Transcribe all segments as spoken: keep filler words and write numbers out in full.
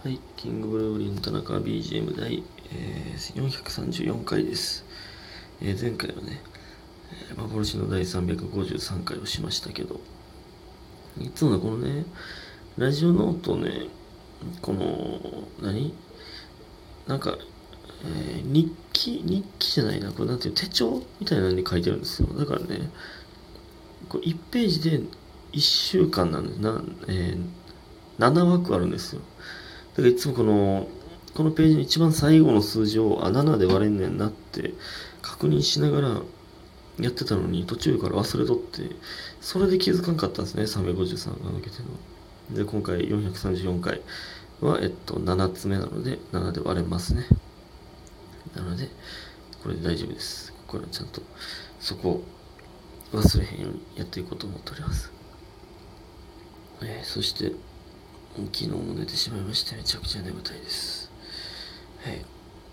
はい、キングブルーリン田中 ビージーエム 第、えー、よんひゃくさんじゅうよんかいです。えー、前回はね、えー幻の第さんびゃくごじゅうさんかいをしましたけど、いつものこのね、ラジオノートね、この、何なんか、えー日記、日記じゃないな、これなんていう手帳みたいなのに書いてるんですよ。だからね、これいちページでいっしゅうかんなんでな、えーななわくあるんですよ。だからいつもこの、このページの一番最後の数字を、あ、ななで割れんねんなって確認しながらやってたのに、途中から忘れとって、それで気づかんかったんですね、さんびゃくごじゅうさんが抜けてるの。で、今回よんひゃくさんじゅうよんかいは、えっと、ななつめなので、ななで割れますね。なので、これで大丈夫です。ここからちゃんと、そこを忘れへんようにやっていこうと思っております。えー、そして、昨日も寝てしまいまして、めちゃくちゃ眠たいです。はい。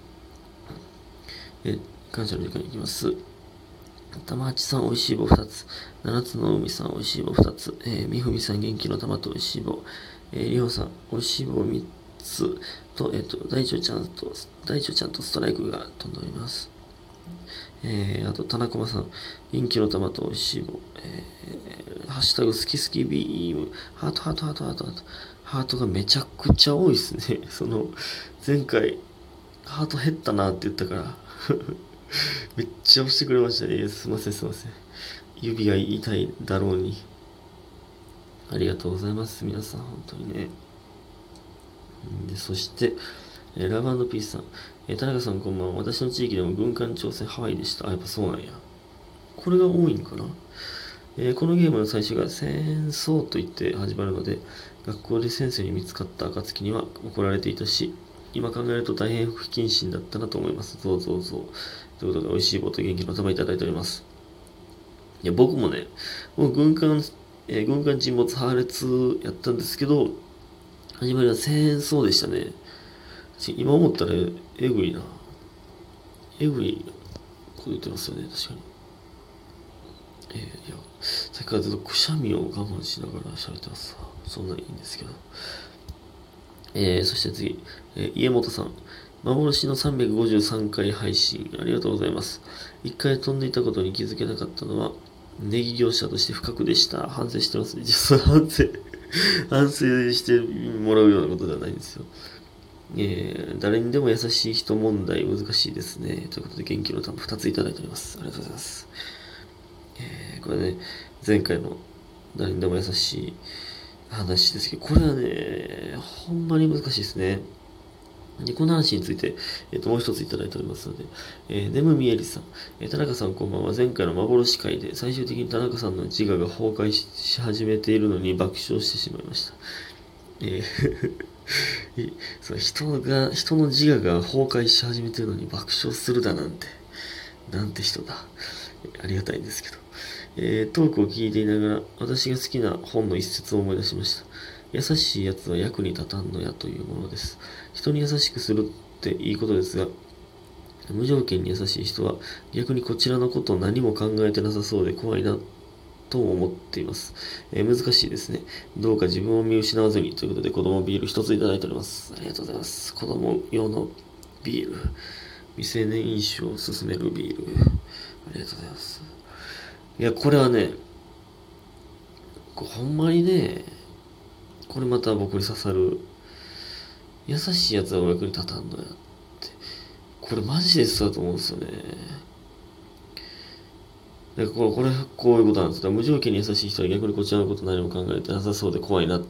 え、感謝の時間いきます。玉八さん、おいしい棒ふたつ。七つの海さん、おいしい棒ふたつ。えー、みふみさん、元気の玉とおいしい棒。えー、りほさん、おいしい棒みっつ。と、えっ、ー、と、大腸ちゃんと、大腸ちゃんとストライクが飛んでおります。えー、あと、田中間さん、元気の玉とおいしい棒。えー、ハッシュタグ、好き好きビーム。ハート、ハート、ハート、ハート、ハート。ハートがめちゃくちゃ多いですね。その、前回、ハート減ったなって言ったから。めっちゃ押してくれましたね。すいません、すいません。指が痛いだろうに。ありがとうございます。皆さん、本当にね。で、そして、えーラブピースさん。えー田中さんこんばんは。私の地域でも軍艦挑戦ハワイでした。あ、やっぱそうなんや。これが多いんかな。えーこのゲームの最初が戦争と言って始まるので、学校で先生に見つかった暁には怒られていたし、今考えると大変不謹慎だったなと思います。そうそうそう。ということで、美味しい棒と元気の玉いただいております。いや、僕もね、もう軍艦、えー軍艦沈没破裂やったんですけど、始まりは戦争でしたね。今思ったら、えぐいな。えぐいこと言ってますよね、確かに。えー、いや、さっきからずっとくしゃみを我慢しながら喋ってますわ。そんなんいいんですけど。えー、そして次、えー、家元さん。幻のさんびゃくごじゅうさんかい配信、ありがとうございます。一回飛んでいたことに気づけなかったのは、ネギ業者として不覚でした。反省してますね。実は反省、反省してもらうようなことではないんですよ。えー、誰にでも優しい人問題難しいですね。ということで元気の玉ふたついただいております。ありがとうございます。えー、これね、前回の誰にでも優しい話ですけど、これはね、ほんまに難しいですね。で、この話について、えっ、と、もう一ついただいておりますので、えー、ネムミエリさん、えー田中さんこんばんは。前回の幻会で、最終的に田中さんの自我が崩壊しし始めているのに爆笑してしまいました。えーその人が、人の自我が崩壊し始めているのに爆笑するだなんて、なんて人だ。ありがたいんですけど。えートークを聞いていながら、私が好きな本の一節を思い出しました。優しい奴は役に立たんのやというものです。人に優しくするっていいことですが、無条件に優しい人は逆にこちらのことを何も考えてなさそうで怖いなと思っています。えー難しいですね。どうか自分を見失わずにということで子供ビール一ついただいております。ありがとうございます。子供用のビール。未成年飲酒を勧めるビール。ありがとうございます。いや、これはね、ほんまにね、これまた僕に刺さる。優しい奴はお役に立たんのやって。これマジでそうだと思うんですよね。でこれ、これ、こういうことなんですよ。無条件に優しい人は逆にこちらのこと何も考えてなさそうで怖いなって。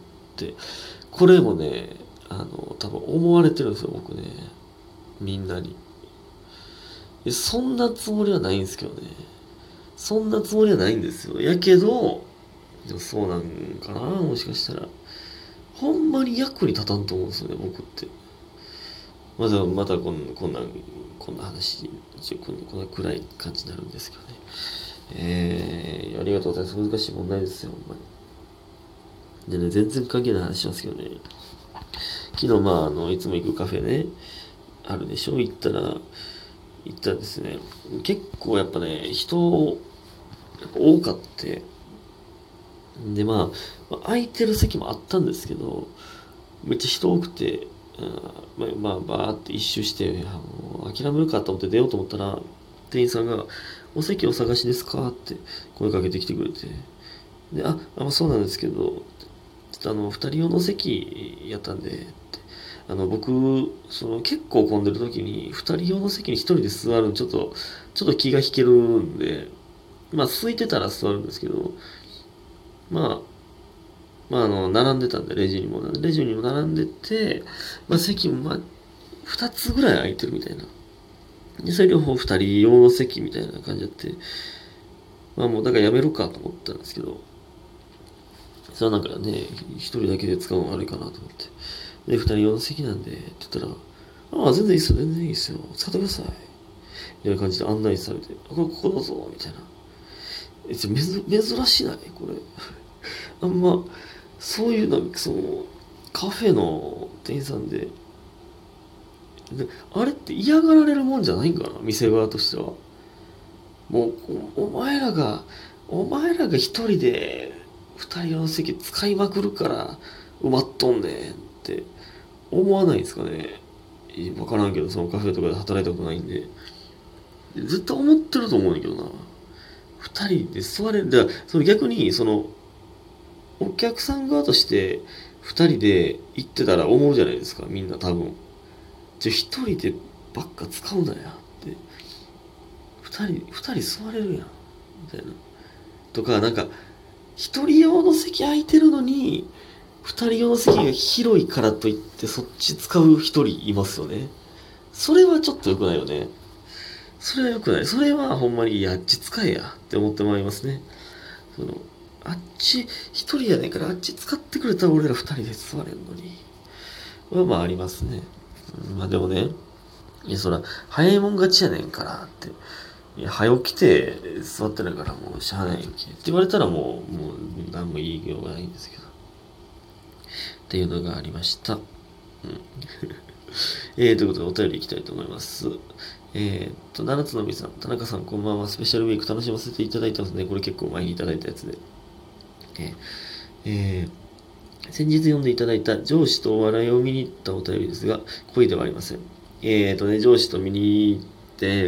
これもね、あの、多分思われてるんですよ、僕ね。みんなに。そんなつもりはないんですけどね。そんなつもりはないんですよ。やけど、でもそうなんかな、もしかしたら。ほんまに役に立たんと思うんですよね、僕って。まだ、またこんこんな、こんな話、こんこんな暗い感じになるんですけどね。えー、ありがとうございます。難しい問題ですよ、ほんまに。でね、全然関係ない話しますけどね。昨日、まあ、あの、いつも行くカフェね、あるでしょ行ったら、行ったらですね、結構やっぱね、人、やっぱ多かって、で、まあ、空いてる席もあったんですけど、めっちゃ人多くて、 まあ、まあ、バーって一周して、あの諦めるかと思って出ようと思ったら、店員さんが、お席お探しですかって声かけてきてくれて、で、あ、あそうなんですけど、ちょっとあの、二人用の席やったんで、って、あの、僕、その、結構混んでる時に、二人用の席に一人で座るのちょっと、ちょっと気が引けるんで、まあ、空いてたら座るんですけど、まあ、まあ、あの、並んでたんで、レジにも、レジにも並んでて、まあ、席も、まあ、二つぐらい空いてるみたいな。で、それ両方二人用の席みたいな感じだって、まあもうだからやめろかと思ったんですけど、それはなんかね、一人だけで使うの悪いかなと思って。で、二人用の席なんで、って言ったら、ああ、全然いいっすよ、全然いいっすよ。使ってください。みたいな感じで案内されて、これここどうぞ、みたいな。え、珍珍しないこれ。あんま、そういうなんかその、カフェの店員さんで、であれって嫌がられるもんじゃないんかな店側としては。もう、お、お前らが、お前らが一人で二人用の席使いまくるから埋まっとんねんって思わないんですかね。わからんけど、そのカフェとかで働いたことないんで。絶対思ってると思うんだけどな。二人で座れる。だから、その逆に、その、お客さん側として二人で行ってたら思うじゃないですか、みんな多分。じゃあ一人でばっか使うなやって。二人、二人座れるやん。みたいな。とか、なんか、一人用の席空いてるのに、二人用の席が広いからといってそっち使う一人いますよね。それはちょっと良くないよね。それは良くない。それはほんまに、いや、あっち使えやって思ってまいりますね。その、あっち一人やねんからあっち使ってくれたら俺ら二人で座れんのに。はまあありますね。まあでもね、いやそら、早いもん勝ちやねんからって。いや、早起きて座ってないからもうしゃあないよって言われたらもう、もう何も言いようがないんですけど。っていうのがありました。うん。えー、ということでお便りいきたいと思います。えー、っと、七つのみさん、田中さんこんばんは。スペシャルウィーク楽しませていただいてますね。これ結構前にいただいたやつで。えー、えー、先日読んでいただいた上司とお笑いを見に行ったお便りですが、恋ではありません。えーとね、上司と見に行って、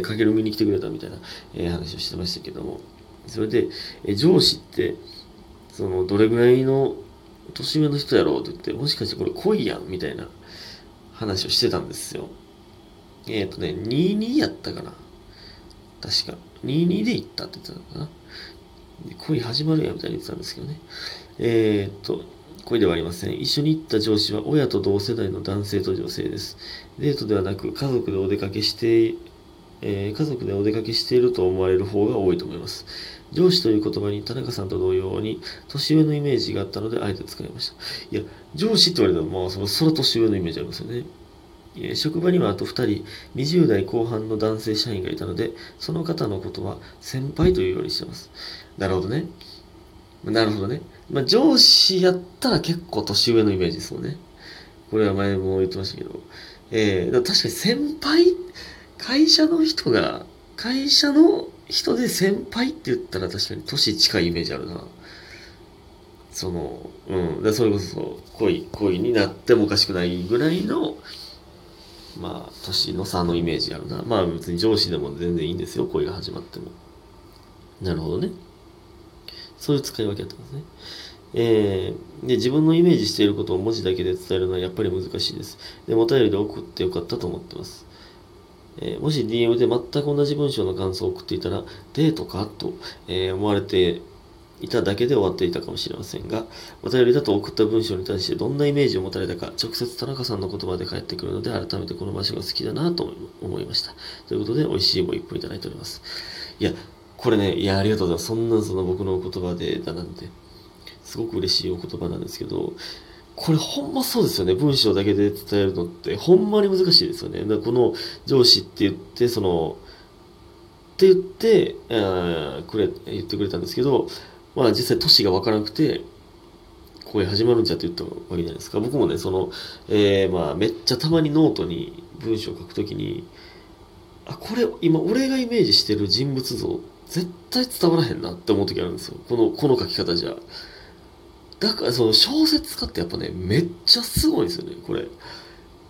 かける見に来てくれたみたいな、えー、話をしてましたけども、それで、えー、上司って、その、どれぐらいの年上の人やろうって言って、もしかしてこれ恋やんみたいな話をしてたんですよ。えーとね、にじゅうにやったかな。確か。にじゅうにで行ったって言ってたのかな。恋始まるやんみたいに言ってたんですけどね。えーと、恋ではありません。一緒に行った上司は親と同世代の男性と女性です。デートではなく家族でお出かけして、えー、家族でお出かけしていると思われる方が多いと思います。上司という言葉に田中さんと同様に年上のイメージがあったのであえて使いました。いや、上司って言われたらまあそのそら年上のイメージありますよね。えー職場にはあとふたり、にじゅう代後半の男性社員がいたので、その方のことは先輩というようにしています。なるほどね。なるほどね。まあ、上司やったら結構年上のイメージですもんね。これは前も言ってましたけど。えー、だから確かに先輩、会社の人が、会社の人で先輩って言ったら確かに年近いイメージあるな。その、うん。でそれこそ恋、恋になってもおかしくないぐらいの、まあ、年の差のイメージあるな。まあ別に上司でも全然いいんですよ。恋が始まっても。なるほどね。そういう使い分けだったんですね。えー、で、自分のイメージしていることを文字だけで伝えるのはやっぱり難しいです。でもお便りで送ってよかったと思ってます。えーもし ディーエム で全く同じ文章の感想を送っていたら、デートかと、えー思われていただけで終わっていたかもしれませんが、お便りだと送った文章に対してどんなイメージを持たれたか、直接田中さんの言葉で返ってくるので、改めてこの場所が好きだなと思いました。ということで、美味しい棒いっぽんいただいております。いや、これね、いや、ありがとうございます。そんなその僕の言葉でだなんて、すごく嬉しいお言葉なんですけど、これほんまそうですよね。文章だけで伝えるのってほんまに難しいですよね。だからこの上司って言って、その、って言って、あくれ、言ってくれたんですけど、まあ実際年がわからなくて、これ始まるんじゃって言ったわけじゃないですか。僕もね、その、えー、まあめっちゃたまにノートに文章を書くときに、あ、これ、今俺がイメージしてる人物像、絶対伝わらへんなって思う時あるんですよ。この、この書き方じゃ。だからその小説家ってやっぱね、めっちゃすごいんですよね、これ。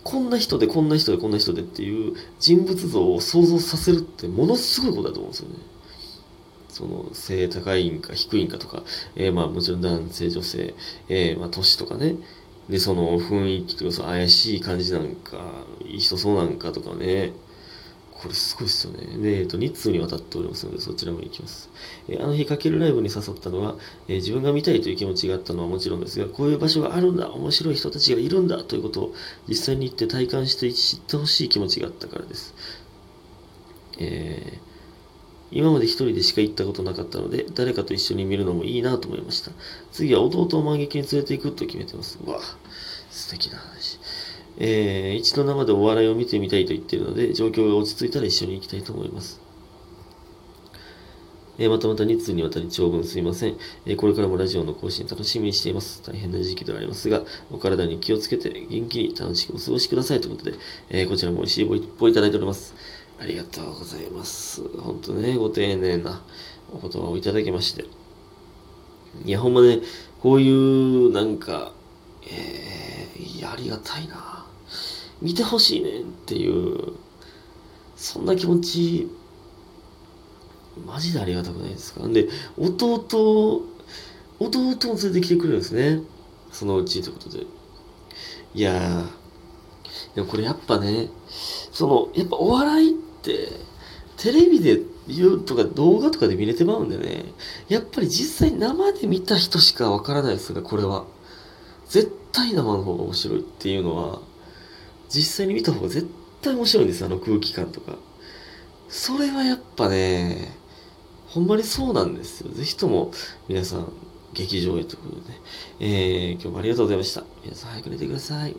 こんな人でこんな人でこんな人でっていう人物像を想像させるってものすごいことだと思うんですよね。その背高いんか低いんかとか、えー、まあもちろん男性女性、えー、まあ年とかね、でその雰囲気とかその怪しい感じなんかいい人そうなんかとかね、これすごいっすよね。で、えっと、に通にわたっておりますので、そちらも行きます。えーあの日かけるライブに誘ったのは、えー自分が見たいという気持ちがあったのはもちろんですが、こういう場所があるんだ、面白い人たちがいるんだということを実際に行って体感して知ってほしい気持ちがあったからです。えー今まで一人でしか行ったことなかったので、誰かと一緒に見るのもいいなと思いました。次は弟を満劇に連れて行くと決めてます。うわ、素敵な話。えー、一度生でお笑いを見てみたいと言っているので、状況が落ち着いたら一緒に行きたいと思います。えー、またまたに通にわたり長文すいません、えー。これからもラジオの更新楽しみにしています。大変な時期ではありますが、お体に気をつけて元気に楽しくお過ごしくださいということで、えー、こちらも美味しいご一報いただいております。ありがとうございます。本当ね、ご丁寧なお言葉をいただきまして。いや、ほんまね、こういう、なんか、えー、いや、ありがたいな。見てほしいねんっていう、そんな気持ち、マジでありがたくないですか。んで、弟、弟も連れてきてくれるんですね。そのうちということで。いやー、でもこれやっぱね、その、やっぱお笑いって、テレビで言うとか動画とかで見れてまうんでね、やっぱり実際生で見た人しかわからないですよね、これは。絶対生の方が面白いっていうのは、実際に見た方が絶対面白いんです、あの空気感とか。それはやっぱね、ほんまにそうなんですよ。ぜひとも皆さん、劇場へということでね、えー、今日もありがとうございました。皆さん早く寝てください。